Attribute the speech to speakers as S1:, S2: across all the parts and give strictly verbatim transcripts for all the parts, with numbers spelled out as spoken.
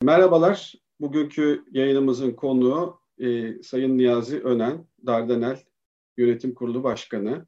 S1: Merhabalar. Bugünkü yayınımızın konuğu e, Sayın Niyazi Önen, Dardanel Yönetim Kurulu Başkanı.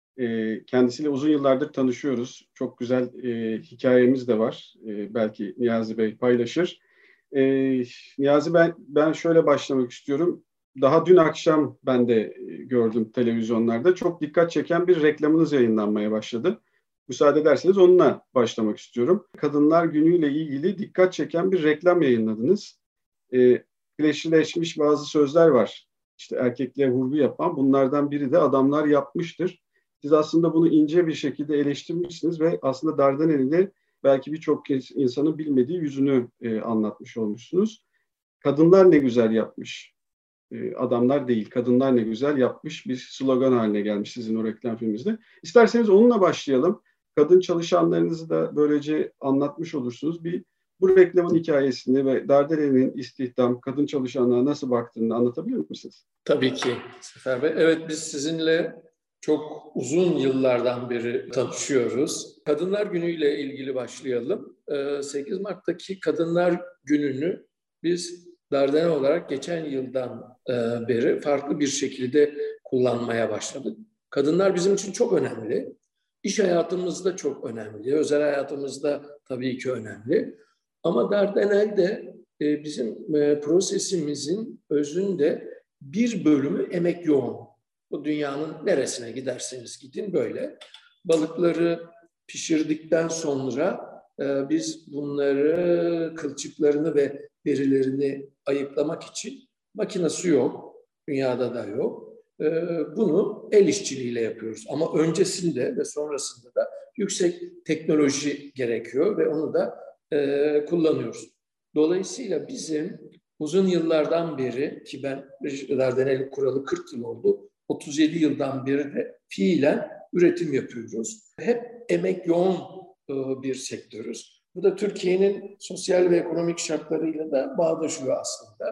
S1: E, kendisiyle uzun yıllardır tanışıyoruz. Çok güzel e, hikayemiz de var. E, belki Niyazi Bey paylaşır. E, Niyazi ben, ben şöyle başlamak istiyorum. Daha dün akşam ben de e, gördüm televizyonlarda. Çok dikkat çeken bir reklamınız yayınlanmaya başladı. Müsaade ederseniz onunla başlamak istiyorum. Kadınlar Günü ile ilgili dikkat çeken bir reklam yayınladınız. E, Klişeleşmiş bazı sözler var. İşte erkekliğe vurgu yapan, bunlardan biri de adamlar yapmıştır. Siz aslında bunu ince bir şekilde eleştirmişsiniz ve aslında Dardanel'in belki birçok insanın bilmediği yüzünü e, anlatmış olmuşsunuz. Kadınlar ne güzel yapmış. E, adamlar değil, kadınlar ne güzel yapmış bir slogan haline gelmiş sizin o reklam filminizde. İsterseniz onunla başlayalım. Kadın çalışanlarınızı da böylece anlatmış olursunuz. Bir bu reklamın hikayesini ve Dardanel'in istihdam, kadın çalışanlara nasıl baktığını anlatabilir misiniz?
S2: Tabii ki Sefer Bey. Evet, biz sizinle çok uzun yıllardan beri tanışıyoruz. Kadınlar Günü ile ilgili başlayalım. sekiz Mart'taki Kadınlar Günü'nü biz Dardanel olarak geçen yıldan beri farklı bir şekilde kullanmaya başladık. Kadınlar bizim için çok önemli. İş hayatımızda çok önemli. Özel hayatımızda tabii ki önemli. Ama Dardanel de bizim prosesimizin özünde bir bölümü emek yoğun. Bu dünyanın neresine giderseniz gidin böyle. Balıkları pişirdikten sonra e, biz bunları kılçıklarını ve derilerini ayıklamak için makinesi yok. Dünyada da yok. E, bunu el işçiliğiyle yapıyoruz. Ama öncesinde ve sonrasında da yüksek teknoloji gerekiyor ve onu da e, kullanıyoruz. Dolayısıyla bizim uzun yıllardan beri ki ben Dardanel kuralı kırk yıl oldu, otuz yedi yıldan beri de fiilen üretim yapıyoruz. Hep emek yoğun bir sektörüz. Bu da Türkiye'nin sosyal ve ekonomik şartlarıyla da bağdaşıyor aslında.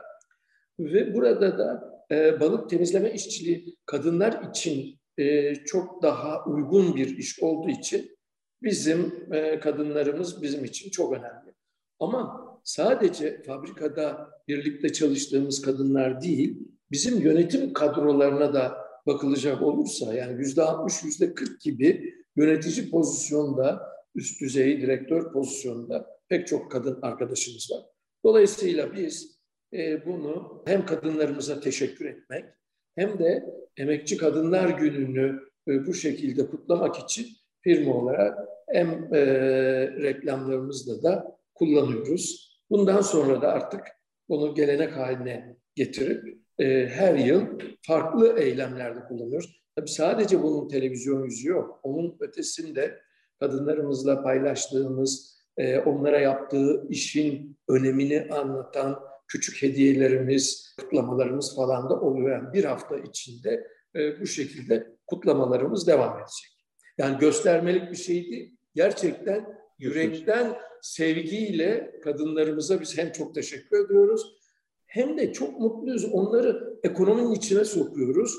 S2: Ve burada da e, balık temizleme işçiliği kadınlar için e, çok daha uygun bir iş olduğu için bizim e, kadınlarımız bizim için çok önemli. Ama sadece fabrikada birlikte çalıştığımız kadınlar değil, bizim yönetim kadrolarına da bakılacak olursa, yani yüzde altmış, yüzde kırk gibi yönetici pozisyonda, üst düzey direktör pozisyonda pek çok kadın arkadaşımız var. Dolayısıyla biz e, bunu hem kadınlarımıza teşekkür etmek hem de Emekçi Kadınlar Günü'nü e, bu şekilde kutlamak için firma olarak hem e, reklamlarımızda da kullanıyoruz. Bundan sonra da artık bunu gelenek haline getirip e, her yıl farklı eylemlerde kullanıyoruz. Tabii sadece bunun televizyon yüzü yok. Onun ötesinde kadınlarımızla paylaştığımız, e, onlara yaptığı işin önemini anlatan küçük hediyelerimiz, kutlamalarımız falan da oluyor. Yani bir hafta içinde e, bu şekilde kutlamalarımız devam edecek. Yani göstermelik bir şey değil. Gerçekten yürekten sevgiyle kadınlarımıza biz hem çok teşekkür ediyoruz hem de çok mutluyuz. Onları ekonominin içine sokuyoruz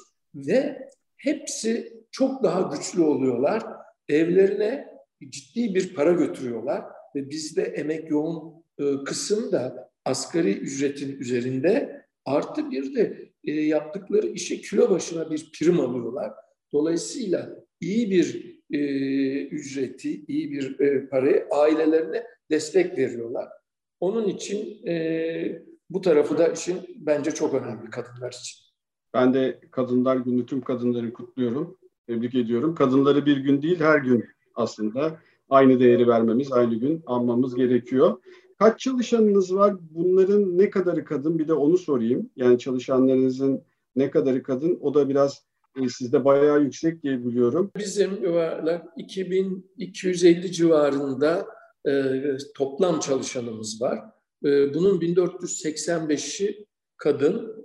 S2: ve hepsi çok daha güçlü oluyorlar. Evlerine ciddi bir para götürüyorlar ve bizde emek yoğun kısım da asgari ücretin üzerinde, artı bir de yaptıkları işe kilo başına bir prim alıyorlar. Dolayısıyla iyi bir e, ücreti, iyi bir e, parayı ailelerine destek veriyorlar. Onun için e, bu tarafı da işin bence çok önemli kadınlar için.
S1: Ben de Kadınlar Günü tüm kadınları kutluyorum, tebrik ediyorum. Kadınları bir gün değil her gün aslında aynı değeri vermemiz, aynı gün anmamız gerekiyor. Kaç çalışanınız var? Bunların ne kadarı kadın? Bir de onu sorayım. Yani çalışanlarınızın ne kadarı kadın? O da biraz e, sizde bayağı yüksek diye biliyorum.
S2: Bizim yuvarlak iki bin iki yüz elli civarında e, toplam çalışanımız var. E, bunun bin dört yüz seksen beşi kadın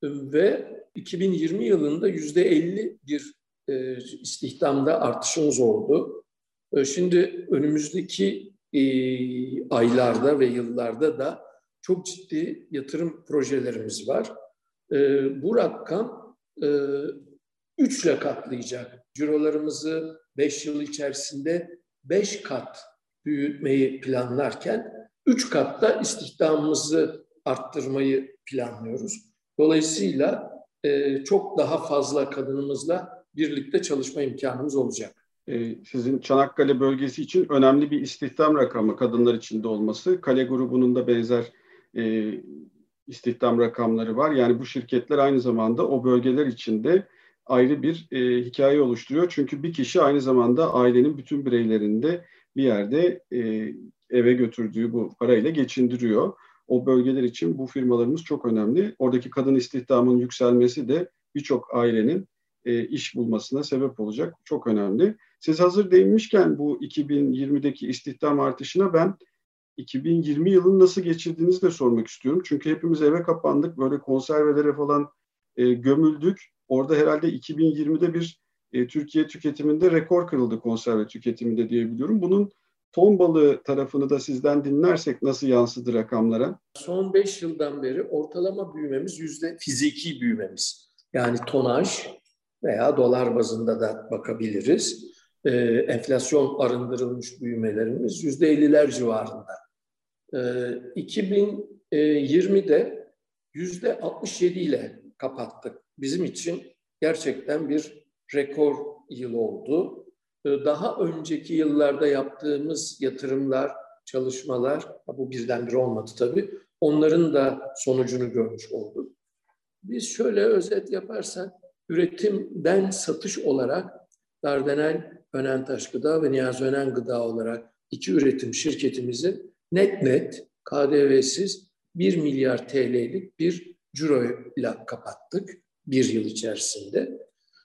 S2: ve iki bin yirmi yılında yüzde elli bir e, istihdamda artışımız oldu. E, şimdi önümüzdeki e, aylarda ve yıllarda da çok ciddi yatırım projelerimiz var. E, bu rakam e, üçle katlayacak. Cirolarımızı beş yıl içerisinde beş kat büyütmeyi planlarken üç katta istihdamımızı arttırmayı planlıyoruz. Dolayısıyla e, çok daha fazla kadınımızla birlikte çalışma imkanımız olacak.
S1: Sizin Çanakkale bölgesi için önemli bir istihdam rakamı kadınlar içinde olması. Kale grubunun da benzer e, istihdam rakamları var. Yani bu şirketler aynı zamanda o bölgeler içinde ayrı bir e, hikaye oluşturuyor. Çünkü bir kişi aynı zamanda ailenin bütün bireylerini de bir yerde e, eve götürdüğü bu parayla geçindiriyor. O bölgeler için bu firmalarımız çok önemli. Oradaki kadın istihdamının yükselmesi de birçok ailenin e, iş bulmasına sebep olacak. Çok önemli. Siz hazır değinmişken bu iki bin yirmideki istihdam artışına ben iki bin yirmi yılını nasıl geçirdiğinizi de sormak istiyorum. Çünkü hepimiz eve kapandık, böyle konservelere falan e, gömüldük. Orada herhalde iki bin yirmide bir e, Türkiye tüketiminde rekor kırıldı konserve tüketiminde diyebiliyorum. Bunun ton balığı tarafını da sizden dinlersek nasıl yansıdı rakamlara?
S2: Son beş yıldan beri ortalama büyümemiz yüzde fiziki büyümemiz. Yani tonaj veya dolar bazında da bakabiliriz. Ee, enflasyon arındırılmış büyümelerimiz yüzde elliler civarında. Ee, iki bin yirmide yüzde altmış yedi ile kapattık. Bizim için gerçekten bir rekor yıl oldu. Ee, daha önceki yıllarda yaptığımız yatırımlar, çalışmalar, bu birdenbire olmadı tabii, onların da sonucunu görmüş olduk. Biz şöyle özet yaparsak, üretimden satış olarak Dardanel Önentaş Gıda ve Niyazi Önen Gıda olarak iki üretim şirketimizin net net K D V'siz bir milyar T L'lik bir ciro ile kapattık bir yıl içerisinde.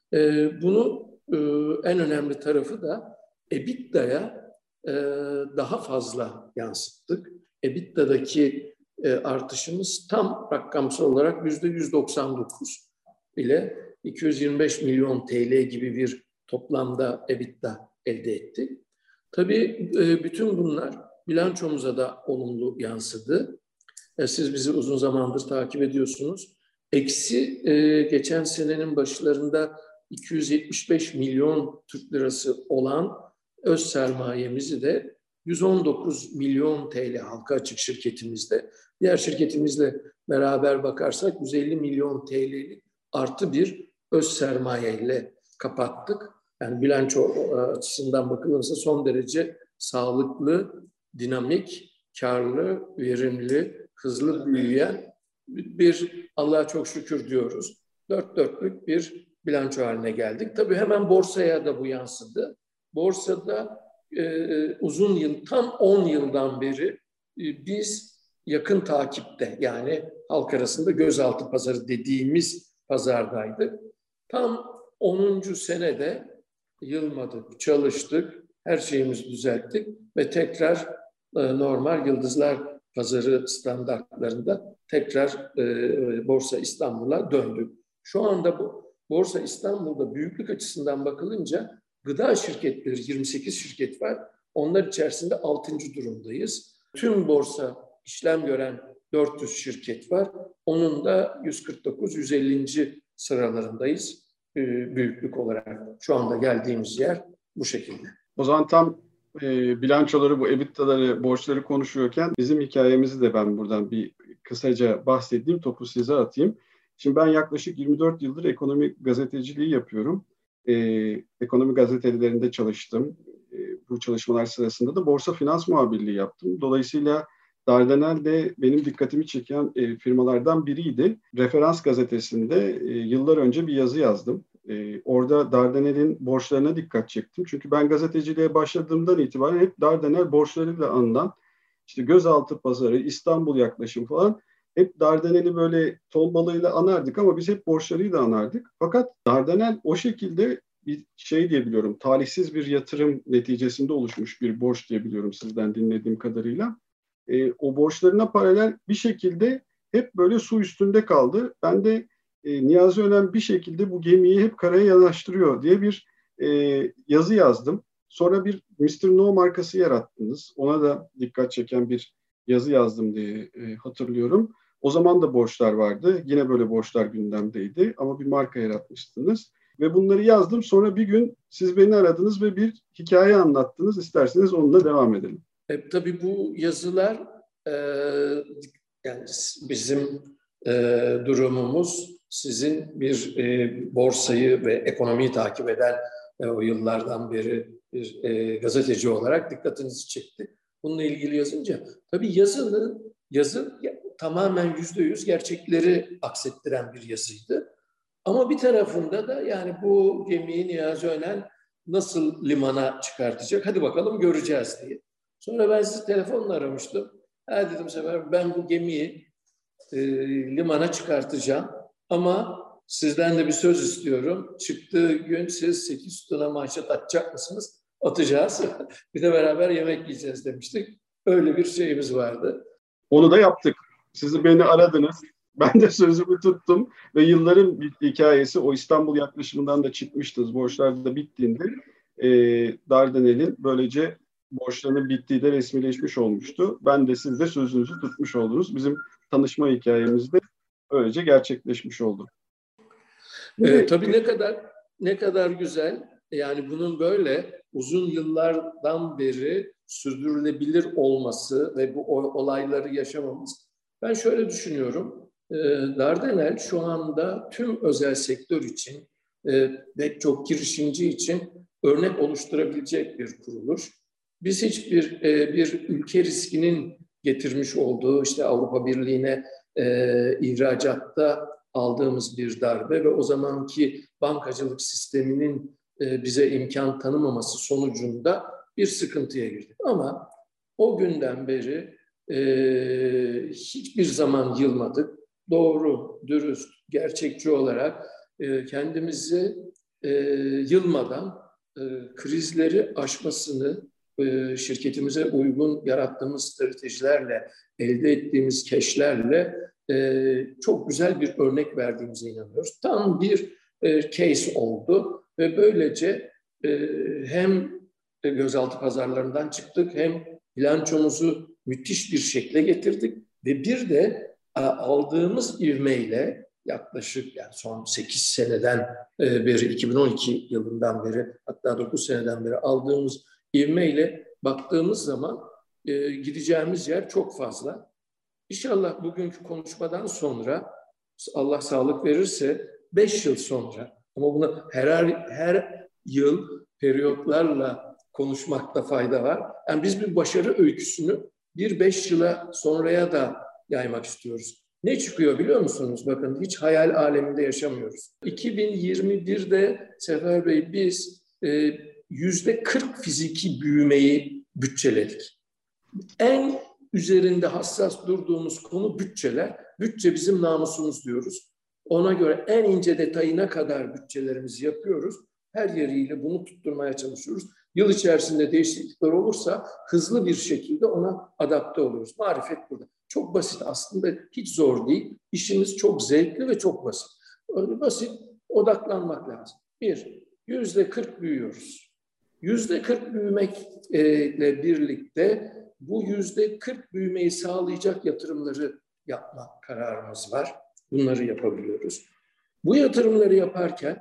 S2: Ee, bunu e, en önemli tarafı da EBITDA'ya e, daha fazla yansıttık. EBITDA'daki e, artışımız tam rakamsal olarak yüzde yüz doksan dokuz ile iki yüz yirmi beş milyon T L gibi bir toplamda EBITDA elde ettik. Tabii e, bütün bunlar bilançomuza da olumlu yansıdı. E, siz bizi uzun zamandır takip ediyorsunuz. Eksi e, geçen senenin başlarında iki yüz yetmiş beş milyon Türk lirası olan öz sermayemizi de yüz on dokuz milyon T L halka açık şirketimizde, diğer şirketimizle beraber bakarsak yüz elli milyon T L'lik artı bir öz sermaye ile kapattık. Yani bilanço açısından bakılırsa son derece sağlıklı, dinamik, karlı, verimli, hızlı büyüyen bir, Allah'a çok şükür diyoruz, dört dörtlük bir bilanço haline geldik. Tabii hemen borsaya da bu yansıdı. Borsada e, uzun yıl, tam on yıldan beri e, biz yakın takipte, yani halk arasında gözaltı pazarı dediğimiz pazardaydık. Tam onuncu senede yılmadık, çalıştık, her şeyimizi düzelttik ve tekrar e, normal yıldızlar pazarı standartlarında tekrar e, Borsa İstanbul'a döndük. Şu anda bu Borsa İstanbul'da büyüklük açısından bakılınca gıda şirketleri yirmi sekiz şirket var. Onlar içerisinde altıncı durumdayız. Tüm borsa işlem gören dört yüz şirket var. Onun da yüz kırk dokuz yüz ellinci sıralarındayız e, büyüklük olarak. Şu anda geldiğimiz yer bu şekilde.
S1: O zaman tam e, bilançoları, bu EBITDA'ları, borçları konuşuyorken bizim hikayemizi de ben buradan bir kısaca bahsedeyim, topu size atayım. Şimdi ben yaklaşık yirmi dört yıldır ekonomi gazeteciliği yapıyorum. E, ekonomi gazetelerinde çalıştım. E, bu çalışmalar sırasında da borsa finans muhabirliği yaptım. Dolayısıyla Dardanel de benim dikkatimi çeken e, firmalardan biriydi. Referans gazetesinde e, yıllar önce bir yazı yazdım. E, orada Dardanel'in borçlarına dikkat çektim. Çünkü ben gazeteciliğe başladığımdan itibaren hep Dardanel borçlarıyla anılan, işte gözaltı pazarı, İstanbul yaklaşım falan, hep Dardanel'i böyle ton balığıyla anardık ama biz hep borçlarıyla anardık. Fakat Dardanel o şekilde bir şey diyebiliyorum, talihsiz bir yatırım neticesinde oluşmuş bir borç diyebiliyorum sizden dinlediğim kadarıyla. E, o borçlarına paralel bir şekilde hep böyle su üstünde kaldı. Ben de e, Niyazi Önen bir şekilde bu gemiyi hep karaya yanaştırıyor diye bir e, yazı yazdım. Sonra bir mister No markası yarattınız. Ona da dikkat çeken bir yazı yazdım diye e, hatırlıyorum. O zaman da borçlar vardı. Yine böyle borçlar gündemdeydi ama bir marka yaratmıştınız. Ve bunları yazdım. Sonra bir gün siz beni aradınız ve bir hikaye anlattınız. İsterseniz onunla devam edelim.
S2: E, tabii bu yazılar e, yani bizim e, durumumuz sizin bir e, borsayı ve ekonomiyi takip eden e, o yıllardan beri bir e, gazeteci olarak dikkatinizi çekti. Bununla ilgili yazınca tabii yazının yazı tamamen yüzde yüz gerçekleri aksettiren bir yazıydı. Ama bir tarafında da yani bu gemiyi Niyazi Önen nasıl limana çıkartacak? Hadi bakalım göreceğiz diye. Sonra ben sizi telefonla aramıştım. Ha dedim Sefer, ben bu gemiyi e, limana çıkartacağım. Ama sizden de bir söz istiyorum. Çıktığı gün siz sekiz sütuna manşet atacak mısınız? Atacağız. Bir de beraber yemek yiyeceğiz demiştik. Öyle bir şeyimiz vardı.
S1: Onu da yaptık. Siz beni aradınız. Ben de sözümü tuttum ve yılların bir hikayesi o İstanbul yaklaşımından da çıkmıştınız. Borçlar da bittiğinde e, Dardanel'in böylece borçlarının bittiği de resmileşmiş olmuştu. Ben de siz de sözünüzü tutmuş oldunuz. Bizim tanışma hikayemiz de öylece gerçekleşmiş oldu.
S2: Ee, tabii ne kadar ne kadar güzel. Yani bunun böyle uzun yıllardan beri sürdürülebilir olması ve bu olayları yaşamamız. Ben şöyle düşünüyorum. E, Dardanel şu anda tüm özel sektör için e, ve çok girişimci için örnek oluşturabilecek bir kuruluş. Biz hiçbir e, bir ülke riskinin getirmiş olduğu işte Avrupa Birliği'ne e, ihracatta aldığımız bir darbe ve o zamanki bankacılık sisteminin e, bize imkan tanımaması sonucunda bir sıkıntıya girdik. Ama o günden beri e, hiçbir zaman yılmadık. Doğru, dürüst, gerçekçi olarak e, kendimizi e, yılmadan e, krizleri aşmasını e, şirketimize uygun yarattığımız stratejilerle, elde ettiğimiz keşlerle e, çok güzel bir örnek verdiğimize inanıyoruz. Tam bir e, case oldu ve böylece e, hem gözaltı pazarlarından çıktık hem bilançomuzu müthiş bir şekle getirdik ve bir de aldığımız ivmeyle yaklaşık yani son sekiz seneden beri, iki bin on iki yılından beri hatta dokuz seneden beri aldığımız ivmeyle baktığımız zaman e, gideceğimiz yer çok fazla. İnşallah bugünkü konuşmadan sonra Allah sağlık verirse beş yıl sonra ama bunu her, her yıl periyotlarla konuşmakta fayda var. Yani biz bir başarı öyküsünü bir beş yıla sonraya da yaymak istiyoruz. Ne çıkıyor biliyor musunuz? Bakın hiç hayal aleminde yaşamıyoruz. iki bin yirmi birde Sefer Bey biz e, yüzde kırk fiziki büyümeyi bütçeledik. En üzerinde hassas durduğumuz konu bütçeler. Bütçe bizim namusumuz diyoruz. Ona göre en ince detayına kadar bütçelerimizi yapıyoruz. Her yeriyle bunu tutturmaya çalışıyoruz. Yıl içerisinde değişiklikler olursa hızlı bir şekilde ona adapte oluyoruz. Marifet burada. Çok basit aslında, hiç zor değil. İşimiz çok zevkli ve çok basit. Öyle basit, odaklanmak lazım. Bir, yüzde kırk büyüyoruz. Yüzde kırk büyümekle birlikte bu yüzde kırk büyümeyi sağlayacak yatırımları yapma kararımız var. Bunları yapabiliyoruz. Bu yatırımları yaparken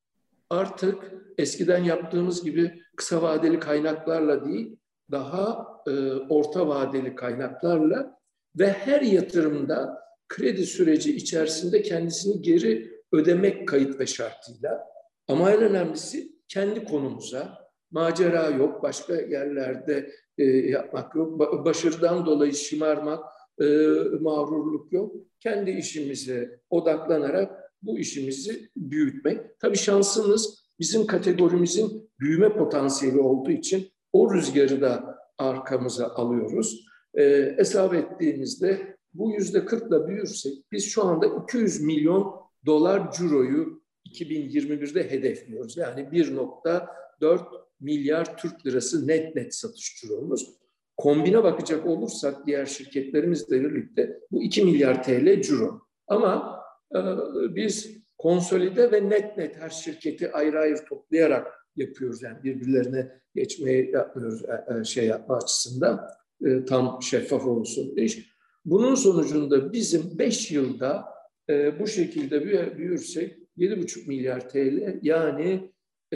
S2: artık eskiden yaptığımız gibi kısa vadeli kaynaklarla değil, daha e, orta vadeli kaynaklarla ve her yatırımda kredi süreci içerisinde kendisini geri ödemek kayıt ve şartıyla. Ama en önemlisi kendi konumuza, macera yok, başka yerlerde e, yapmak yok, ba- başarıdan dolayı şımarmak, e, mağrurluk yok. Kendi işimize odaklanarak bu işimizi büyütmek. Tabii şansımız bizim kategorimizin büyüme potansiyeli olduğu için o rüzgarı da arkamıza alıyoruz. E, hesap ettiğimizde bu yüzde kırkla büyürsek biz şu anda iki yüz milyon dolar ciroyu iki bin yirmi birde hedefliyoruz. Yani bir nokta dört milyar Türk lirası net net satış ciromuz. Kombine bakacak olursak diğer şirketlerimizle birlikte bu iki milyar T L ciro. Ama e, biz konsolide ve net net her şirketi ayrı ayrı toplayarak yapıyoruz. Yani birbirlerine geçmeyi yapmıyoruz e, şey yapma açısından. E, tam şeffaf olsun iş. Bunun sonucunda bizim beş yılda e, bu şekilde büyürsek yedi buçuk milyar T L yani e,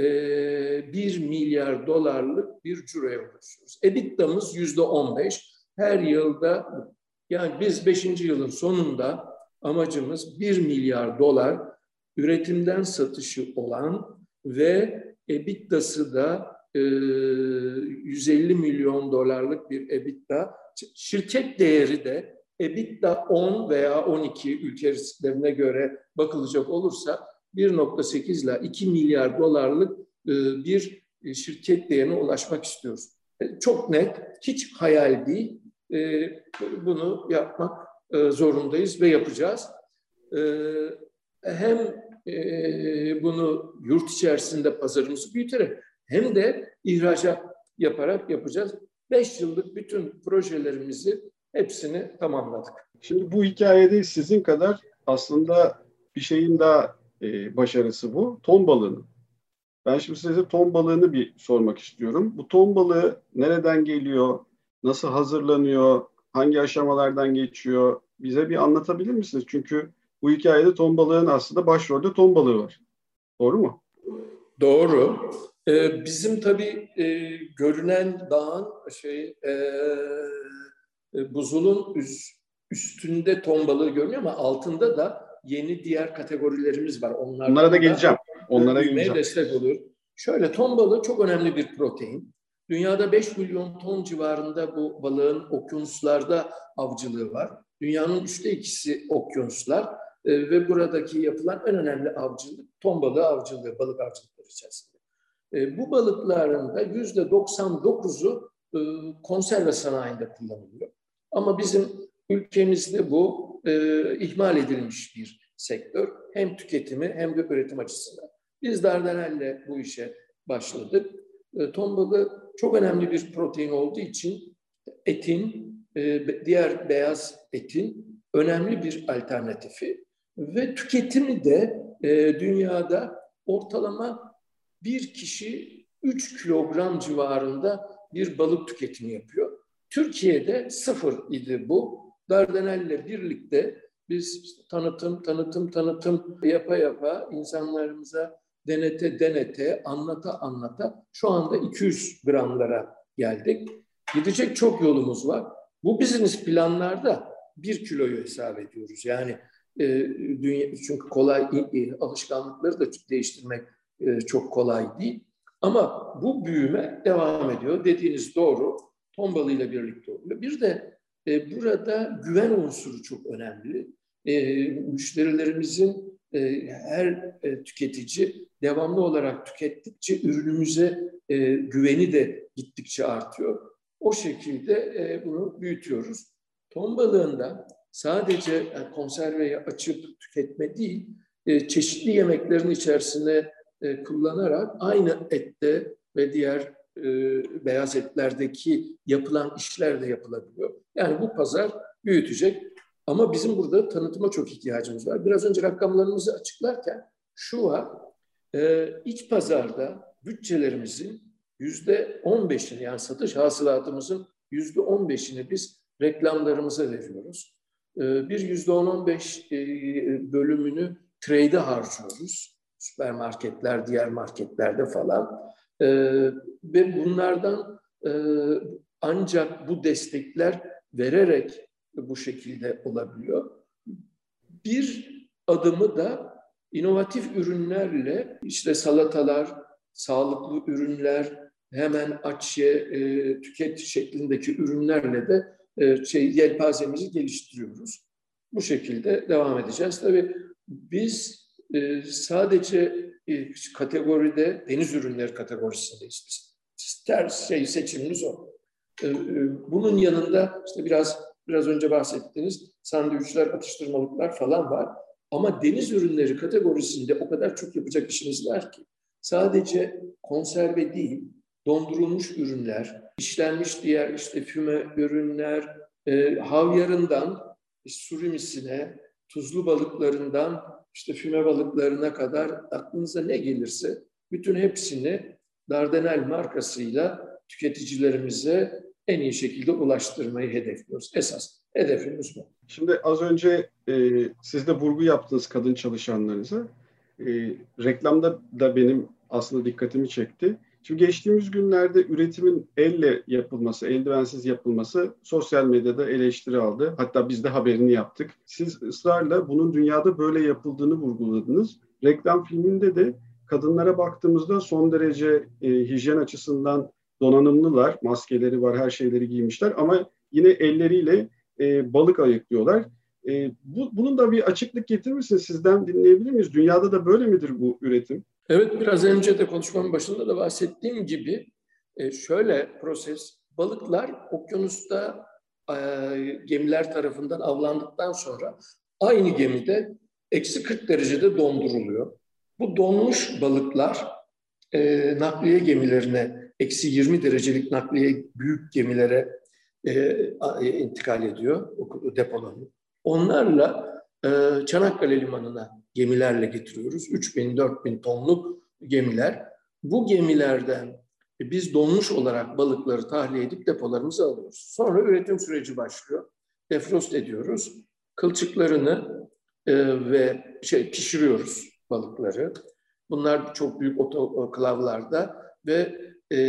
S2: bir milyar dolarlık bir ciroya ulaşıyoruz. EBITDA'mız yüzde on beş. Her yılda Yani biz beşinci yılın sonunda amacımız bir milyar dolar üretimden satışı olan ve EBITDA'sı da e, yüz elli milyon dolarlık bir EBITDA. Şirket değeri de EBITDA on veya on iki ülkelerine göre bakılacak olursa bir nokta sekiz ile iki milyar dolarlık e, bir şirket değerine ulaşmak istiyoruz. E, çok net, hiç hayal değil. E, bunu yapmak e, zorundayız ve yapacağız. E, hem e, bunu yurt içerisinde pazarımızı büyüterek hem de ihracat yaparak yapacağız. Beş yıllık bütün projelerimizi hepsini tamamladık.
S1: Şimdi bu hikayede sizin kadar aslında bir şeyin daha e, başarısı bu. Ton balığının. Ben şimdi size ton balığını bir sormak istiyorum. Bu ton balığı nereden geliyor? Nasıl hazırlanıyor? Hangi aşamalardan geçiyor? Bize bir anlatabilir misiniz? Çünkü bu hikayede ton balığının aslında başrolde ton balığı var. Doğru mu?
S2: Doğru. Ee, bizim tabii e, görünen dağın şey e, e, buzulun üst, üstünde ton balığı görünüyor ama altında da yeni diğer kategorilerimiz var. Onlardan
S1: Onlara da geleceğim. Onlara
S2: büyümeye
S1: geleceğim.
S2: destek olur. Şöyle, ton balığı çok önemli bir protein. Dünyada beş milyon ton civarında bu balığın okyanuslarda avcılığı var. Dünyanın üçte ikisi okyanuslar e, ve buradaki yapılan en önemli avcılık ton balığı avcılığı, balık avcılıkları içerisinde. E, bu balıkların da yüzde doksan dokuzu e, konserve sanayinde kullanılıyor. Ama bizim ülkemizde bu e, ihmal edilmiş bir sektör. Hem tüketimi hem de üretim açısından. Biz Dardanel'le bu işe başladık. E, ton balığı çok önemli bir protein olduğu için etin, e, diğer beyaz etin önemli bir alternatifi ve tüketimi de e, dünyada ortalama bir kişi üç kilogram civarında bir balık tüketimi yapıyor. Türkiye'de sıfır idi bu. Dardanel'le birlikte biz işte tanıtım, tanıtım, tanıtım yapa yapa insanlarımıza denete denete, anlata anlata şu anda iki yüz gramlara geldik. Gidecek çok yolumuz var. Bu business planlarda bir kiloyu hesap ediyoruz. Yani e, dünya, çünkü kolay e, alışkanlıkları da değiştirmek e, çok kolay değil. Ama bu büyüme devam ediyor. Dediğiniz doğru. Ton balığıyla birlikte oluyor. Bir de e, burada güven unsuru çok önemli. E, müşterilerimizin e, her e, tüketici devamlı olarak tükettikçe ürünümüze e, güveni de gittikçe artıyor. O şekilde e, bunu büyütüyoruz. Ton balığında sadece yani konserveyi açıp tüketme değil, e, çeşitli yemeklerin içerisine e, kullanarak aynı ette ve diğer e, beyaz etlerdeki yapılan işler de yapılabiliyor. Yani bu pazar büyütecek. Ama bizim burada tanıtıma çok ihtiyacımız var. Biraz önce rakamlarımızı açıklarken şu var, e, iç pazarda bütçelerimizin yüzde on beşini yani satış hasılatımızın yüzde on beşini biz reklamlarımıza veriyoruz. E, bir yüzde on on beş e, bölümünü trade'e harcıyoruz. Süpermarketler, diğer marketlerde falan. E, ve bunlardan e, ancak bu destekler vererek bu şekilde olabiliyor. Bir adımı da inovatif ürünlerle işte salatalar, sağlıklı ürünler, hemen aç ye, e, tüket şeklindeki ürünlerle de e, şey yelpazemizi geliştiriyoruz. Bu şekilde devam edeceğiz. Tabii biz e, sadece e, kategoride deniz ürünleri kategorisindeyiz biz. Ters şey seçimimiz o. E, e, bunun yanında işte biraz biraz önce bahsettiğiniz sandviçler, atıştırmalıklar falan var. Ama deniz ürünleri kategorisinde o kadar çok yapacak işimiz var ki sadece konserve değil, dondurulmuş ürünler, işlenmiş diğer işte füme ürünler, e, havyarından surimisine, tuzlu balıklarından işte füme balıklarına kadar aklınıza ne gelirse bütün hepsini Dardanel markasıyla tüketicilerimize en iyi şekilde ulaştırmayı hedefliyoruz. Esas hedefimiz bu.
S1: Şimdi az önce e, siz de vurgu yaptınız kadın çalışanlarınıza. E, reklamda da benim aslında dikkatimi çekti. Şimdi geçtiğimiz günlerde üretimin elle yapılması, eldivensiz yapılması sosyal medyada eleştiri aldı. Hatta biz de haberini yaptık. Siz ısrarla bunun dünyada böyle yapıldığını vurguladınız. Reklam filminde de kadınlara baktığımızda son derece e, hijyen açısından donanımlılar. Maskeleri var, her şeyleri giymişler ama yine elleriyle e, balık ayıklıyorlar. E, bu, bunun da bir açıklık getirir misiniz? Sizden dinleyebilir miyiz? Dünyada da böyle midir bu üretim?
S2: Evet, biraz önce de konuşmamın başında da bahsettiğim gibi şöyle proses, balıklar okyanusta e, gemiler tarafından avlandıktan sonra aynı gemide eksi kırk derecede donduruluyor. Bu donmuş balıklar e, nakliye gemilerine, eksi yirmi derecelik nakliye büyük gemilere e, intikal ediyor, depolanıyor. Onlarla e, Çanakkale Limanı'na gemilerle getiriyoruz. üç bin dört bin tonluk gemiler. Bu gemilerden biz donmuş olarak balıkları tahliye edip depolarımıza alıyoruz. Sonra üretim süreci başlıyor. Defrost ediyoruz. Kılçıklarını e, ve şey pişiriyoruz balıkları. Bunlar çok büyük otoklavlarda ve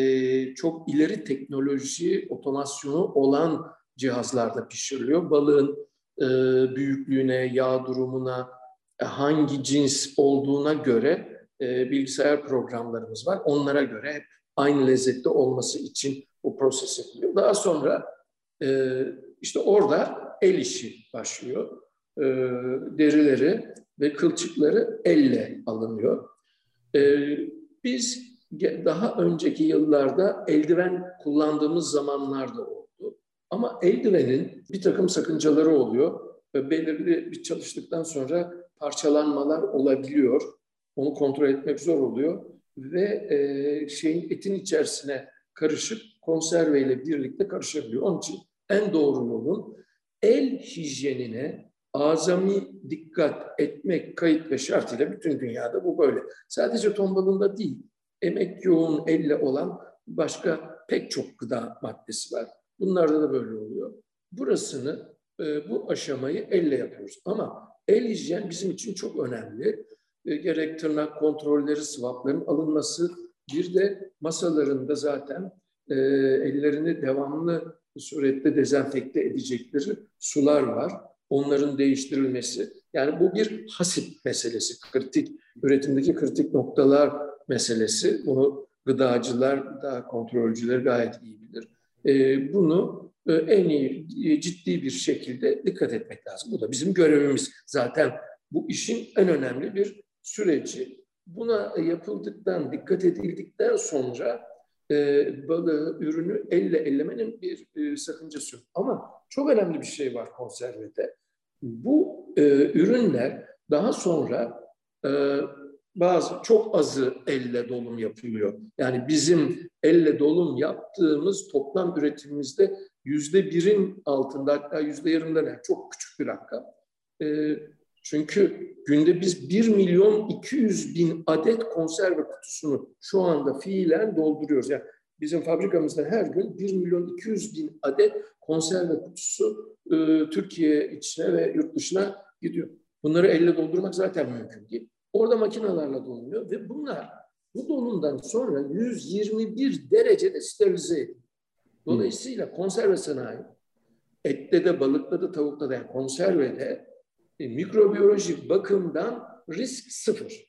S2: e, çok ileri teknoloji, otomasyonu olan cihazlarda pişiriliyor. Balığın e, büyüklüğüne, yağ durumuna, e, hangi cins olduğuna göre e, bilgisayar programlarımız var. Onlara göre hep aynı lezzette olması için bu proses yapılıyor. Daha sonra e, işte orada el işi başlıyor. E, derileri ve kılçıkları elle alınıyor. E, biz daha önceki yıllarda eldiven kullandığımız zamanlarda oldu. Ama eldivenin bir takım sakıncaları oluyor ve belirli bir çalıştıktan sonra parçalanmalar olabiliyor. Onu kontrol etmek zor oluyor ve e, şeyin etin içerisine karışıp konserveyle birlikte karışabiliyor. Onun için en doğru yolun el hijyenine azami dikkat etmek kayıt ve şartıyla bütün dünyada bu böyle. Sadece ton balığında değil, emek yoğun elle olan başka pek çok gıda maddesi var. Bunlarda da böyle oluyor. Burasını, e, bu aşamayı elle yapıyoruz. Ama el hijyen bizim için çok önemli. E, gerek tırnak kontrolleri, swapların alınması, bir de masalarında zaten e, ellerini devamlı surette dezenfekte edecekleri sular var. Onların değiştirilmesi. Yani bu bir hasip meselesi, kritik, üretimdeki kritik noktalar meselesi. Bunu gıdacılar, gıda kontrolcüleri gayet iyi bilir. E, bunu e, en iyi, e, ciddi bir şekilde dikkat etmek lazım. Bu da bizim görevimiz. Zaten bu işin en önemli bir süreci. Buna yapıldıktan, dikkat edildikten sonra e, balığı, ürünü elle ellemenin bir e, sakıncası yok. Ama çok önemli bir şey var konservede. Bu e, ürünler daha sonra e, bazı çok azı elle dolum yapılıyor. Yani bizim elle dolum yaptığımız toplam üretimimizde yüzde birin altında, hatta yüzde yarımdan yani çok küçük bir rakam. E, çünkü günde biz bir milyon iki yüz bin adet konserve kutusunu şu anda fiilen dolduruyoruz. Yani bizim fabrikamızda her gün bir milyon iki yüz bin adet konserve kutusu e, Türkiye içine ve yurt dışına gidiyor. Bunları elle doldurmak zaten mümkün değil. Orada makinelerle dolunuyor ve bunlar bu dolumdan sonra yüz yirmi bir derecede sterilize ediliyor. Dolayısıyla konserve sanayi, ette de, balıkta da, tavukta da, yani konservede e, mikrobiyolojik bakımdan risk sıfır.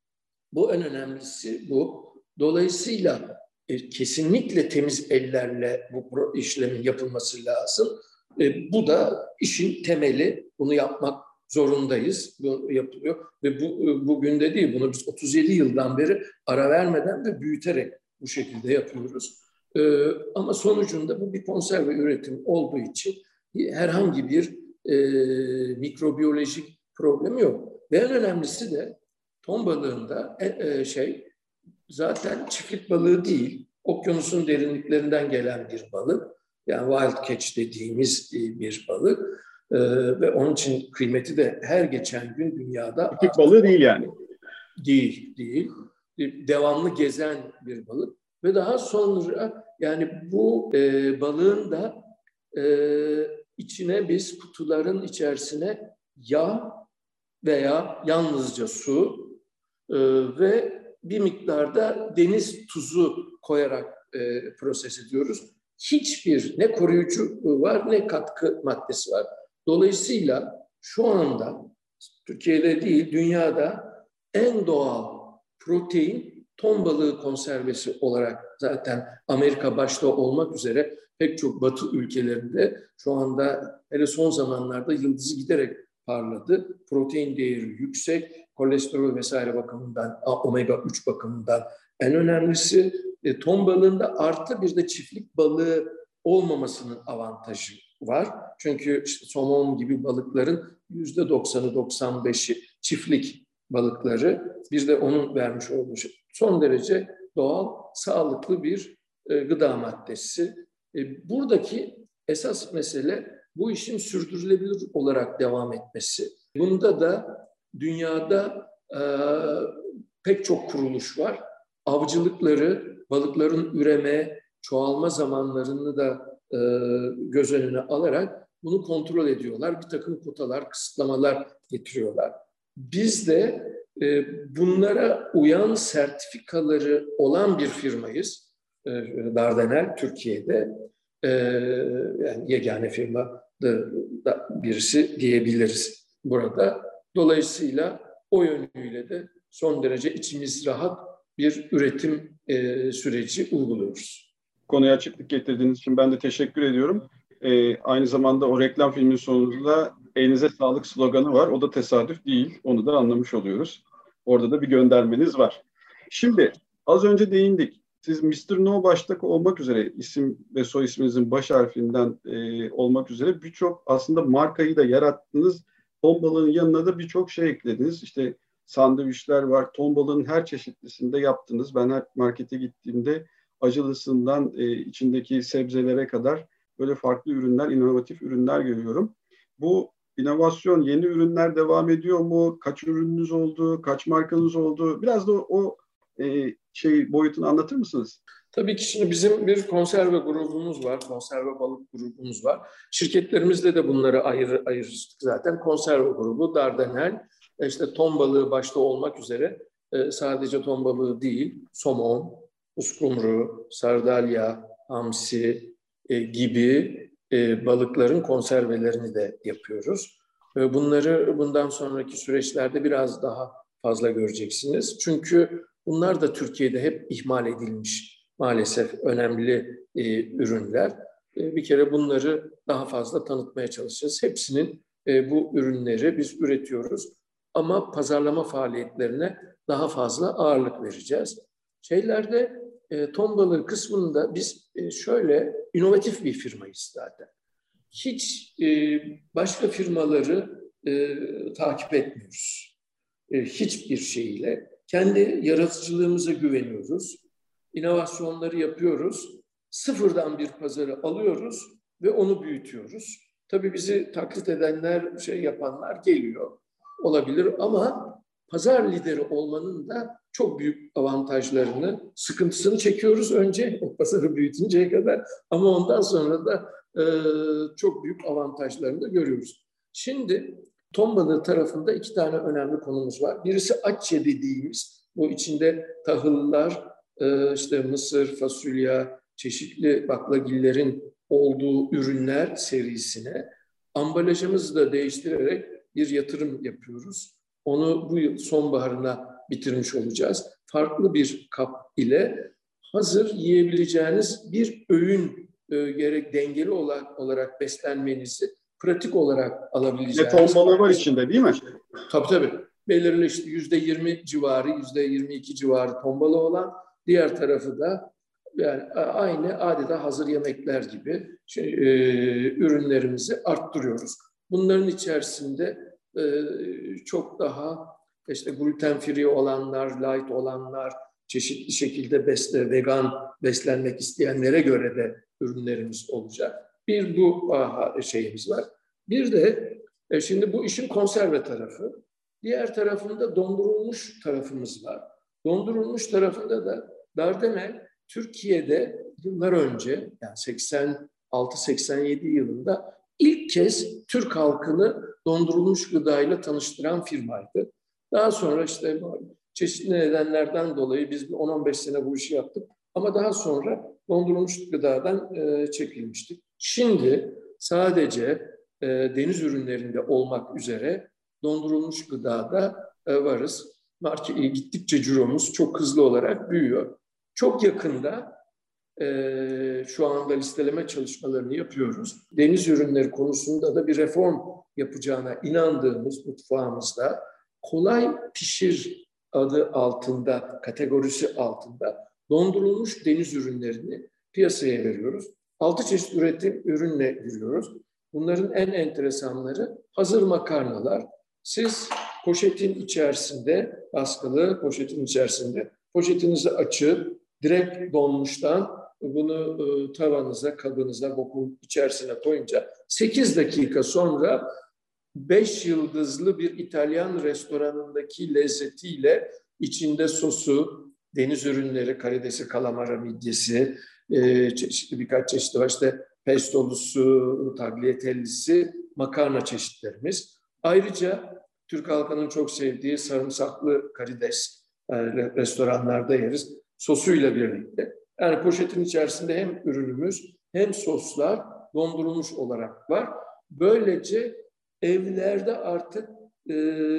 S2: Bu en önemlisi bu. Dolayısıyla e, kesinlikle temiz ellerle bu işlemin yapılması lazım. E, bu da işin temeli. Bunu yapmak zorundayız. Bu yapılıyor ve bu bugün de değil. Bunu biz otuz yedi yıldan beri ara vermeden ve büyüterek bu şekilde yapıyoruz. E, ama sonucunda bu bir konserve üretim olduğu için herhangi bir e, mikrobiyolojik problemi yok. Ve en önemlisi de ton balığında e, e, şey zaten çiftlik balığı değil, okyanusun derinliklerinden gelen bir balık. Yani wild catch dediğimiz bir balık. Ee, ve onun için kıymeti de her geçen gün dünyada...
S1: Çiftlik balığı değil yani.
S2: Değil, değil. Devamlı gezen bir balık. Ve daha sonra yani bu e, balığın da e, içine biz kutuların içerisine yağ veya yalnızca su e, ve bir miktarda deniz tuzu koyarak e, proses ediyoruz. Hiçbir ne koruyucu var ne katkı maddesi var. Dolayısıyla şu anda Türkiye'de değil, dünyada en doğal protein ton balığı konservesi olarak zaten Amerika başta olmak üzere pek çok Batı ülkelerinde şu anda hele son zamanlarda yıldızı giderek parladı. Protein değeri yüksek, kolesterol vesaire bakımından, omega üç bakımından en önemlisi e, ton balığında artı bir de çiftlik balığı olmamasının avantajı var. Çünkü işte somon gibi balıkların yüzde doksanı doksan beşi çiftlik balıkları. Bir de onun vermiş olduğu son derece doğal, sağlıklı bir e, gıda maddesi. E, buradaki esas mesele bu işin sürdürülebilir olarak devam etmesi. Bunda da dünyada e, pek çok kuruluş var. Avcılıkları, balıkların üreme, çoğalma zamanlarını da e, göz önüne alarak bunu kontrol ediyorlar. Bir takım kotalar, kısıtlamalar getiriyorlar. Biz de e, bunlara uyan sertifikaları olan bir firmayız. E, Dardanel Türkiye'de e, yani yegane firma da, da birisi diyebiliriz burada. Dolayısıyla o yönüyle de son derece içimiz rahat bir üretim e, süreci uyguluyoruz.
S1: Konuya açıklık getirdiğiniz için ben de teşekkür ediyorum. Ee, aynı zamanda o reklam filmin sonunda elinize sağlık sloganı var. O da tesadüf değil. Onu da anlamış oluyoruz. Orada da bir göndermeniz var. Şimdi az önce değindik. Siz mister No başta olmak üzere isim ve soy isminizin baş harfinden e, olmak üzere birçok aslında markayı da yarattınız. Ton balığının yanına da birçok şey eklediniz. İşte sandviçler var. Ton balığının her çeşitlisinde yaptınız. Ben her markete gittiğimde acılısından e, içindeki sebzelere kadar böyle farklı ürünler, inovatif ürünler görüyorum. Bu inovasyon, yeni ürünler devam ediyor mu? Kaç ürününüz oldu? Kaç markanız oldu? Biraz da o, o e, şey boyutunu anlatır mısınız?
S2: Tabii ki şimdi bizim bir konserve grubumuz var, konserve balık grubumuz var. Şirketlerimizde de bunları ayır, ayırdık zaten. Konserve grubu, Dardanel, işte ton balığı başta olmak üzere e, sadece ton balığı değil, somon, uskumru, sardalya, hamsi e, gibi e, balıkların konservelerini de yapıyoruz. E, bunları bundan sonraki süreçlerde biraz daha fazla göreceksiniz. Çünkü bunlar da Türkiye'de hep ihmal edilmiş maalesef önemli e, ürünler. E, bir kere bunları daha fazla tanıtmaya çalışacağız. Hepsinin e, bu ürünleri biz üretiyoruz ama pazarlama faaliyetlerine daha fazla ağırlık vereceğiz. Şeylerde e, ton balığı kısmında biz e, şöyle inovatif bir firmayız zaten. Hiç e, başka firmaları e, takip etmiyoruz. E, hiçbir şeyle. Kendi yaratıcılığımıza güveniyoruz. İnovasyonları yapıyoruz. Sıfırdan bir pazarı alıyoruz ve onu büyütüyoruz. Tabii bizi taklit edenler, şey yapanlar geliyor. Olabilir ama pazar lideri olmanın da çok büyük avantajlarını, sıkıntısını çekiyoruz önce o pazarı büyütünceye kadar ama ondan sonra da e, çok büyük avantajlarını da görüyoruz. Şimdi ton balığı tarafında iki tane önemli konumuz var. Birisi acce dediğimiz, bu içinde tahıllar, e, işte mısır, fasulye, çeşitli baklagillerin olduğu ürünler serisine ambalajımızı da değiştirerek bir yatırım yapıyoruz. Onu bu yıl sonbaharına bitirmiş olacağız. Farklı bir kap ile hazır yiyebileceğiniz bir öğün e, gerek dengeli olarak, olarak beslenmenizi pratik olarak alabileceğiniz.
S1: Ne ton balığı var içinde değil mi?
S2: Tabii tabii. Belirli işte yüzde yirmi civarı, yüzde yirmi iki civarı ton balığı olan, diğer tarafı da yani aynı adeta hazır yemekler gibi şey, e, ürünlerimizi arttırıyoruz. Bunların içerisinde e, çok daha işte gluten free olanlar, light olanlar, çeşitli şekilde besle, vegan beslenmek isteyenlere göre de ürünlerimiz olacak. Bir bu aha, şeyimiz var. Bir de e, şimdi bu işin konserve tarafı. Diğer tarafında dondurulmuş tarafımız var. Dondurulmuş tarafında da Dardanel Türkiye'de yıllar önce yani seksen altı seksen yedi yılında ilk kez Türk halkını dondurulmuş gıdayla tanıştıran firmaydı. Daha sonra işte çeşitli nedenlerden dolayı biz bir on on beş sene bu işi yaptık. Ama daha sonra dondurulmuş gıdadan e, çekilmiştik. Şimdi sadece e, deniz ürünlerinde olmak üzere dondurulmuş gıdada e, varız. Market, e, gittikçe ciromuz çok hızlı olarak büyüyor. Çok yakında e, şu anda listeleme çalışmalarını yapıyoruz. Deniz ürünleri konusunda da bir reform yapacağına inandığımız mutfağımızda kolay pişir adı altında, kategorisi altında dondurulmuş deniz ürünlerini piyasaya veriyoruz. Altı çeşit üretim ürünle giriyoruz. Bunların en enteresanları hazır makarnalar. Siz poşetin içerisinde, baskılı poşetin içerisinde, poşetinizi açıp direkt donmuştan bunu e, tavanıza, kabınıza, bokun içerisine koyunca sekiz dakika sonra beş yıldızlı bir İtalyan restoranındaki lezzetiyle içinde sosu, deniz ürünleri, karidesi, kalamara, midyesi, e, çeşitli birkaç çeşitli var. İşte pestolusu, tagliatellisi, makarna çeşitlerimiz. Ayrıca Türk halkının çok sevdiği sarımsaklı karides e, restoranlarda yeriz. Sosuyla birlikte. Yani poşetin içerisinde hem ürünümüz hem soslar dondurulmuş olarak var. Böylece evlerde artık e,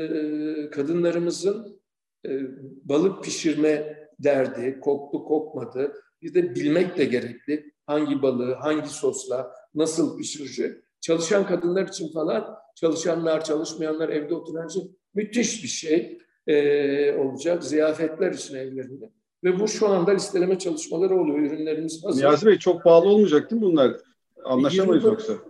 S2: kadınlarımızın e, balık pişirme derdi, koktu kokmadı. Bir de bilmek de gerekli. Hangi balığı, hangi sosla, nasıl pişirecek. Çalışan kadınlar için falan, çalışanlar, çalışmayanlar, evde oturan için müthiş bir şey e, olacak. Ziyafetler için evlerinde. Ve bu şu anda listeleme çalışmaları oluyor. Ürünlerimiz hazır.
S1: Niyazi Bey çok pahalı olmayacak değil mi bunlar? Anlaşamayız
S2: yirmi,
S1: yoksa.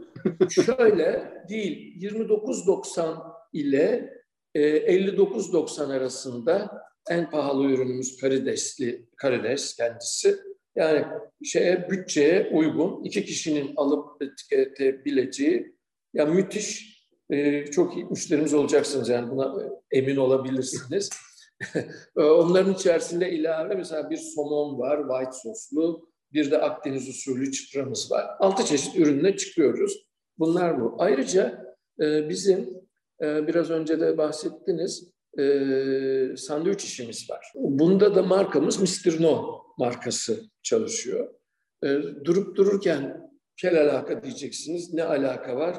S2: Şöyle değil. yirmi dokuz doksan ile elli dokuz doksan arasında en pahalı ürünümüz karidesli, karides kendisi. Yani şeye, bütçeye uygun, iki kişinin alıp tüketebileceği, yani müthiş, çok iyi müşterimiz olacaksınız, yani buna emin olabilirsiniz. Onların içerisinde ilave mesela bir somon var, white soslu, bir de Akdeniz usulü çıtramız var. Altı çeşit ürünle çıkıyoruz. Bunlar bu. Ayrıca bizim biraz önce de bahsettiniz, sandviç işimiz var. Bunda da markamız mister No markası çalışıyor. Durup dururken kel alaka diyeceksiniz. Ne alaka var?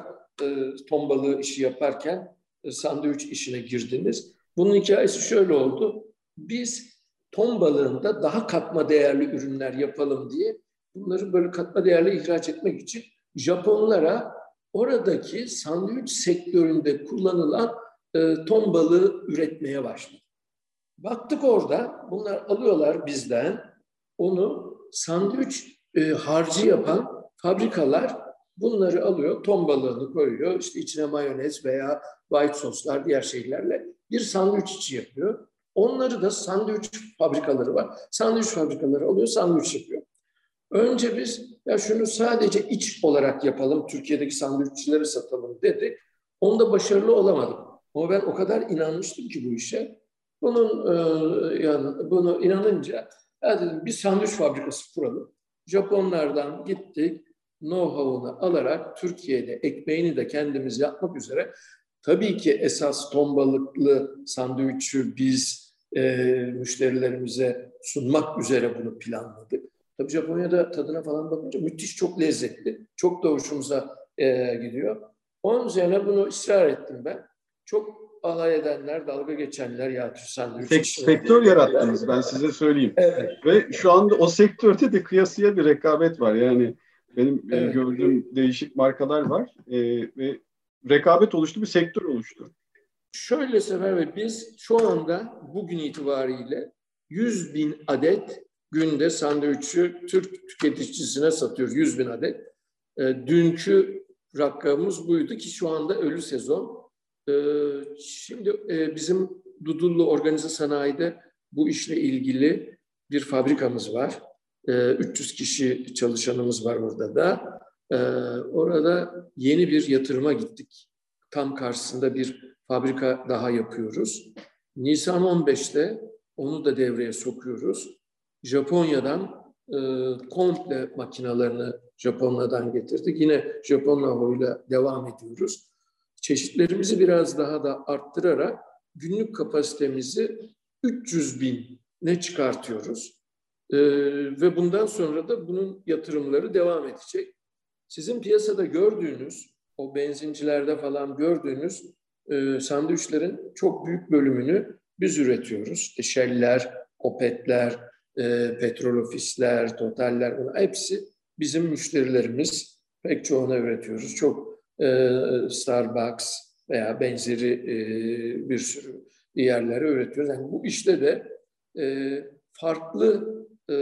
S2: Ton balığı işi yaparken sandviç işine girdiniz. Bunun hikayesi şöyle oldu. Biz ton balığında daha katma değerli ürünler yapalım diye bunları böyle katma değerli ihraç etmek için Japonlara oradaki sandviç sektöründe kullanılan e, ton balığı üretmeye başladık. Baktık orada bunlar alıyorlar bizden, onu sandviç e, harcı yapan fabrikalar bunları alıyor, ton balığını koyuyor, işte içine mayonez veya white soslar, diğer şeylerle bir sandviç içi yapıyor. Onları da sandviç fabrikaları var. Sandviç fabrikaları alıyor, sandviç yapıyor. Önce biz ya şunu sadece iç olarak yapalım, Türkiye'deki sandviççilere satalım dedik. Onda başarılı olamadık. Ama ben o kadar inanmıştım ki bu işe. Bunun e, yani bunu inanınca ya dedim bir sandviç fabrikası kuralım. Japonlardan gittik, know-how'unu alarak Türkiye'de ekmeğini de kendimiz yapmak üzere, tabii ki esas ton balıklı sandviçi biz e, müşterilerimize sunmak üzere bunu planladık. Tabii Japonya'da tadına falan bakınca müthiş, çok lezzetli. Çok da hoşumuza e, gidiyor. Onun üzerine bunu ısrar ettim ben. Çok alay edenler, dalga geçenler, ya sandviç
S1: Sek, sektör yarattınız, ben size söyleyeyim.
S2: Evet.
S1: Ve şu anda o sektörde de kıyasıya bir rekabet var. Yani benim evet. e, gördüğüm değişik markalar var e, ve rekabet oluştu, bir sektör oluştu.
S2: Şöyle Sefer Bey, biz şu anda bugün itibariyle yüz bin adet günde sandviçi Türk tüketicisine satıyoruz. yüz bin adet. E, dünkü rakamımız buydu ki şu anda ölü sezon. E, şimdi e, bizim Dudullu Organize Sanayi'de bu işle ilgili bir fabrikamız var. E, üç yüz kişi çalışanımız var orada da. E, orada yeni bir yatırıma gittik. Tam karşısında bir fabrika daha yapıyoruz. Nisan on beşte onu da devreye sokuyoruz. Japonya'dan e, komple makinalarını Japonya'dan getirdik. Yine Japon know-how'yla devam ediyoruz. Çeşitlerimizi biraz daha da arttırarak günlük kapasitemizi üç yüz bin ne çıkartıyoruz. Ee, ve bundan sonra da bunun yatırımları devam edecek. Sizin piyasada gördüğünüz, o benzincilerde falan gördüğünüz e, sandviçlerin çok büyük bölümünü biz üretiyoruz. İşte Shell'ler, Opet'ler, e, Petrol Ofisler, Total'ler, bunlar hepsi bizim müşterilerimiz. Pek çoğuna üretiyoruz. Çok e, Starbucks veya benzeri e, bir sürü yerlere üretiyoruz. Yani bu işte de e, farklı e,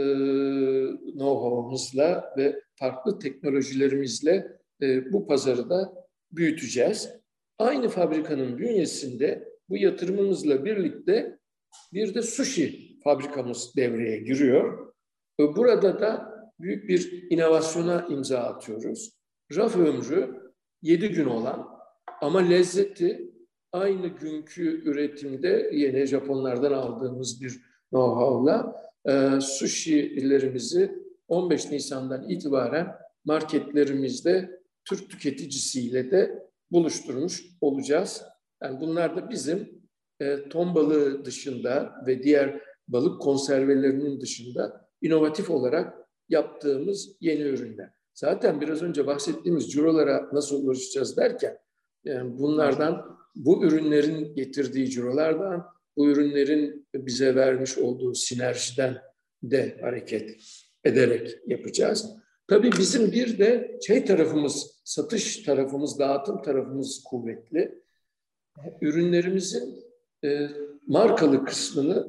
S2: know-how'ımızla ve farklı teknolojilerimizle e, bu pazarı da büyüteceğiz. Aynı fabrikanın bünyesinde bu yatırımımızla birlikte bir de sushi fabrikamız devreye giriyor. Burada da büyük bir inovasyona imza atıyoruz. Raf ömrü yedi gün olan ama lezzeti aynı günkü üretimde yine Japonlardan aldığımız bir know-how'la e, sushi'lerimizi on beş Nisan'dan itibaren marketlerimizde Türk tüketicisiyle de buluşturmuş olacağız. Yani bunlar da bizim e, ton balığı dışında ve diğer balık konservelerinin dışında inovatif olarak yaptığımız yeni ürünler. Zaten biraz önce bahsettiğimiz cirolara nasıl ulaşacağız derken yani bunlardan, bu ürünlerin getirdiği cirolardan, bu ürünlerin bize vermiş olduğu sinerjiden de hareket ederek yapacağız. Tabii bizim bir de şey tarafımız, satış tarafımız, dağıtım tarafımız kuvvetli. Ürünlerimizin e, markalı kısmını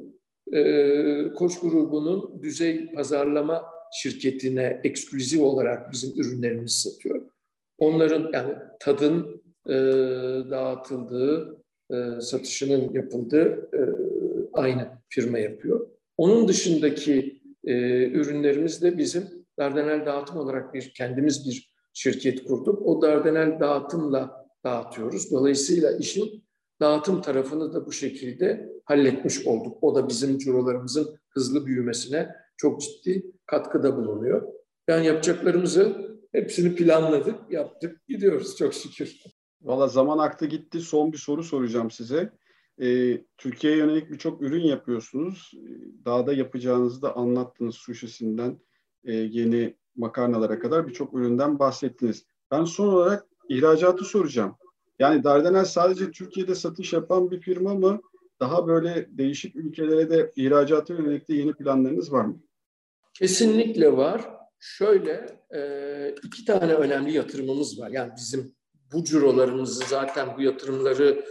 S2: e, Koç grubunun düzey pazarlama şirketine ekskluzif olarak bizim ürünlerimizi satıyor. Onların yani tadın e, dağıtıldığı, e, satışının yapıldığı e, aynı firma yapıyor. Onun dışındaki e, ürünlerimiz de bizim Dardanel Dağıtım olarak bir kendimiz bir şirket kurduk. O Dardanel Dağıtım'la dağıtıyoruz. Dolayısıyla işin dağıtım tarafını da bu şekilde halletmiş olduk. O da bizim cirolarımızın hızlı büyümesine çok ciddi katkıda bulunuyor. Yani yapacaklarımızı hepsini planladık, yaptık, gidiyoruz çok şükür.
S1: Valla zaman aktı gitti. Son bir soru soracağım size. Ee, Türkiye'ye yönelik birçok ürün yapıyorsunuz. Dağda yapacağınızı da anlattınız. Suşisinden e, yeni makarnalara kadar birçok üründen bahsettiniz. Ben son olarak ihracatı soracağım. Yani Dardanel sadece Türkiye'de satış yapan bir firma mı? Daha böyle değişik ülkelere de ihracata yönelik de yeni planlarınız var mı?
S2: Kesinlikle var. Şöyle iki tane önemli yatırımımız var. Yani bizim bu cirolarımızı zaten bu yatırımları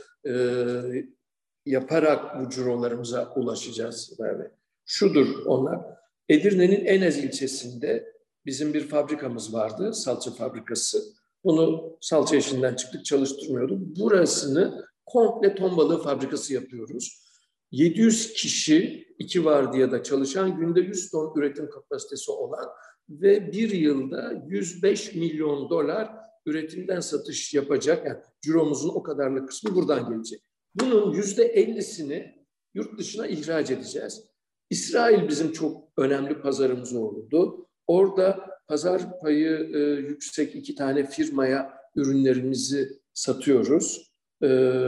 S2: yaparak bu cirolarımıza ulaşacağız. Yani şudur onlar. Edirne'nin Enez ilçesinde bizim bir fabrikamız vardı, salça fabrikası. Bunu salça işinden çıktık, çalıştırmıyorduk. Burasını komple ton balığı fabrikası yapıyoruz. yedi yüz kişi iki vardiyada çalışan, günde yüz ton üretim kapasitesi olan ve bir yılda yüz beş milyon dolar üretimden satış yapacak. Yani ciromuzun o kadarlık kısmı buradan gelecek. Bunun yüzde ellisini yurt dışına ihraç edeceğiz. İsrail bizim çok önemli pazarımız oldu. Orada pazar payı e, yüksek iki tane firmaya ürünlerimizi satıyoruz. E,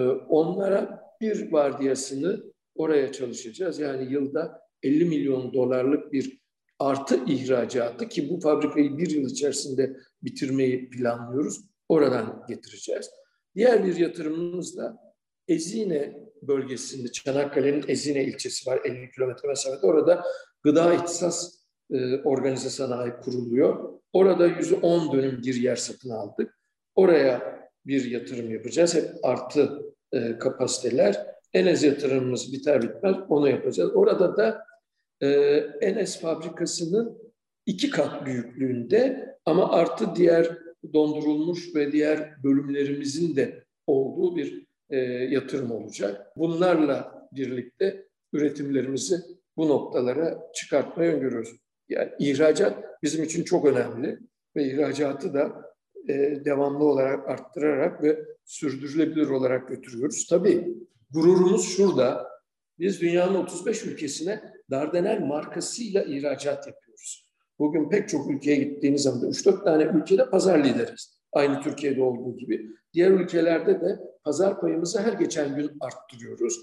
S2: onlara bir vardiyasını oraya çalışacağız. Yani yılda elli milyon dolarlık bir artı ihracatı ki bu fabrikayı bir yıl içerisinde bitirmeyi planlıyoruz. Oradan getireceğiz. Diğer bir yatırımımız da Ezine bölgesinde, Çanakkale'nin Ezine ilçesi var, elli kilometre mesafede. Orada gıda ihtisas e, organize sanayi kuruluyor. Orada yüz on dönüm bir yer satın aldık. Oraya bir yatırım yapacağız. Hep artı e, kapasiteler. Enes yatırımımız biter bitmez onu yapacağız. Orada da e, Enes fabrikasının iki kat büyüklüğünde ama artı diğer dondurulmuş ve diğer bölümlerimizin de olduğu bir e, yatırım olacak. Bunlarla birlikte üretimlerimizi bu noktalara çıkartmayı öngörüyoruz. Yani ihracat bizim için çok önemli ve ihracatı da e, devamlı olarak arttırarak ve sürdürülebilir olarak götürüyoruz. Tabii gururumuz şurada. Biz dünyanın otuz beş ülkesine Dardanel markasıyla ihracat yapıyoruz. Bugün pek çok ülkeye gittiğiniz zaman üç dört tane ülkede pazar lideriz. Aynı Türkiye'de olduğu gibi. Diğer ülkelerde de pazar payımızı her geçen gün arttırıyoruz.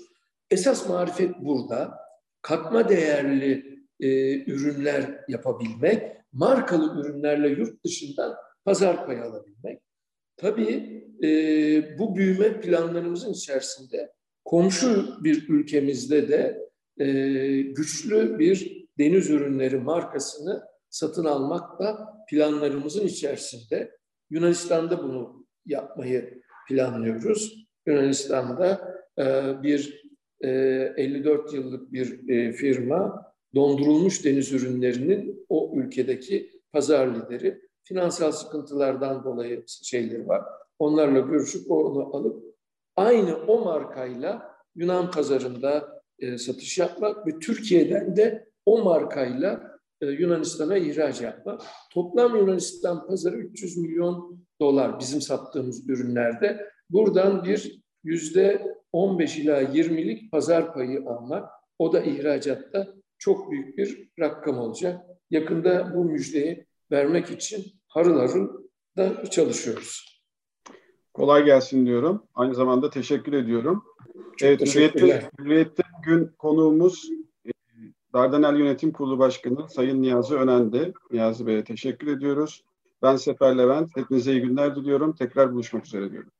S2: Esas marifet burada. Katma değerli e, ürünler yapabilmek, markalı ürünlerle yurt dışından pazar payı alabilmek. Tabii e, bu büyüme planlarımızın içerisinde komşu bir ülkemizde de e, güçlü bir deniz ürünleri markasını satın almak da planlarımızın içerisinde. Yunanistan'da bunu yapmayı planlıyoruz. Yunanistan'da e, bir e, elli dört yıllık bir e, firma dondurulmuş deniz ürünlerinin o ülkedeki pazar lideri. Finansal sıkıntılardan dolayı şeyleri var. Onlarla görüşüp onu alıp aynı o markayla Yunan pazarında e, satış yapmak ve Türkiye'den de o markayla e, Yunanistan'a ihraç yapmak. Toplam Yunanistan pazarı üç yüz milyon dolar bizim sattığımız ürünlerde. Buradan bir yüzde on beş ila yirmilik pazar payı almak, o da ihracatta çok büyük bir rakam olacak. Yakında bu müjdeyi vermek için harıl harıl da çalışıyoruz.
S1: Kolay gelsin diyorum. Aynı zamanda teşekkür ediyorum.
S2: Çok
S1: evet,
S2: teşekkürler.
S1: Hürriyet'te bugün konuğumuz Dardanel Yönetim Kurulu Başkanı Sayın Niyazi Önen'di. Niyazi Bey'e teşekkür ediyoruz. Ben Sefer Levent. Hepinize iyi günler diliyorum. Tekrar buluşmak üzere diyorum.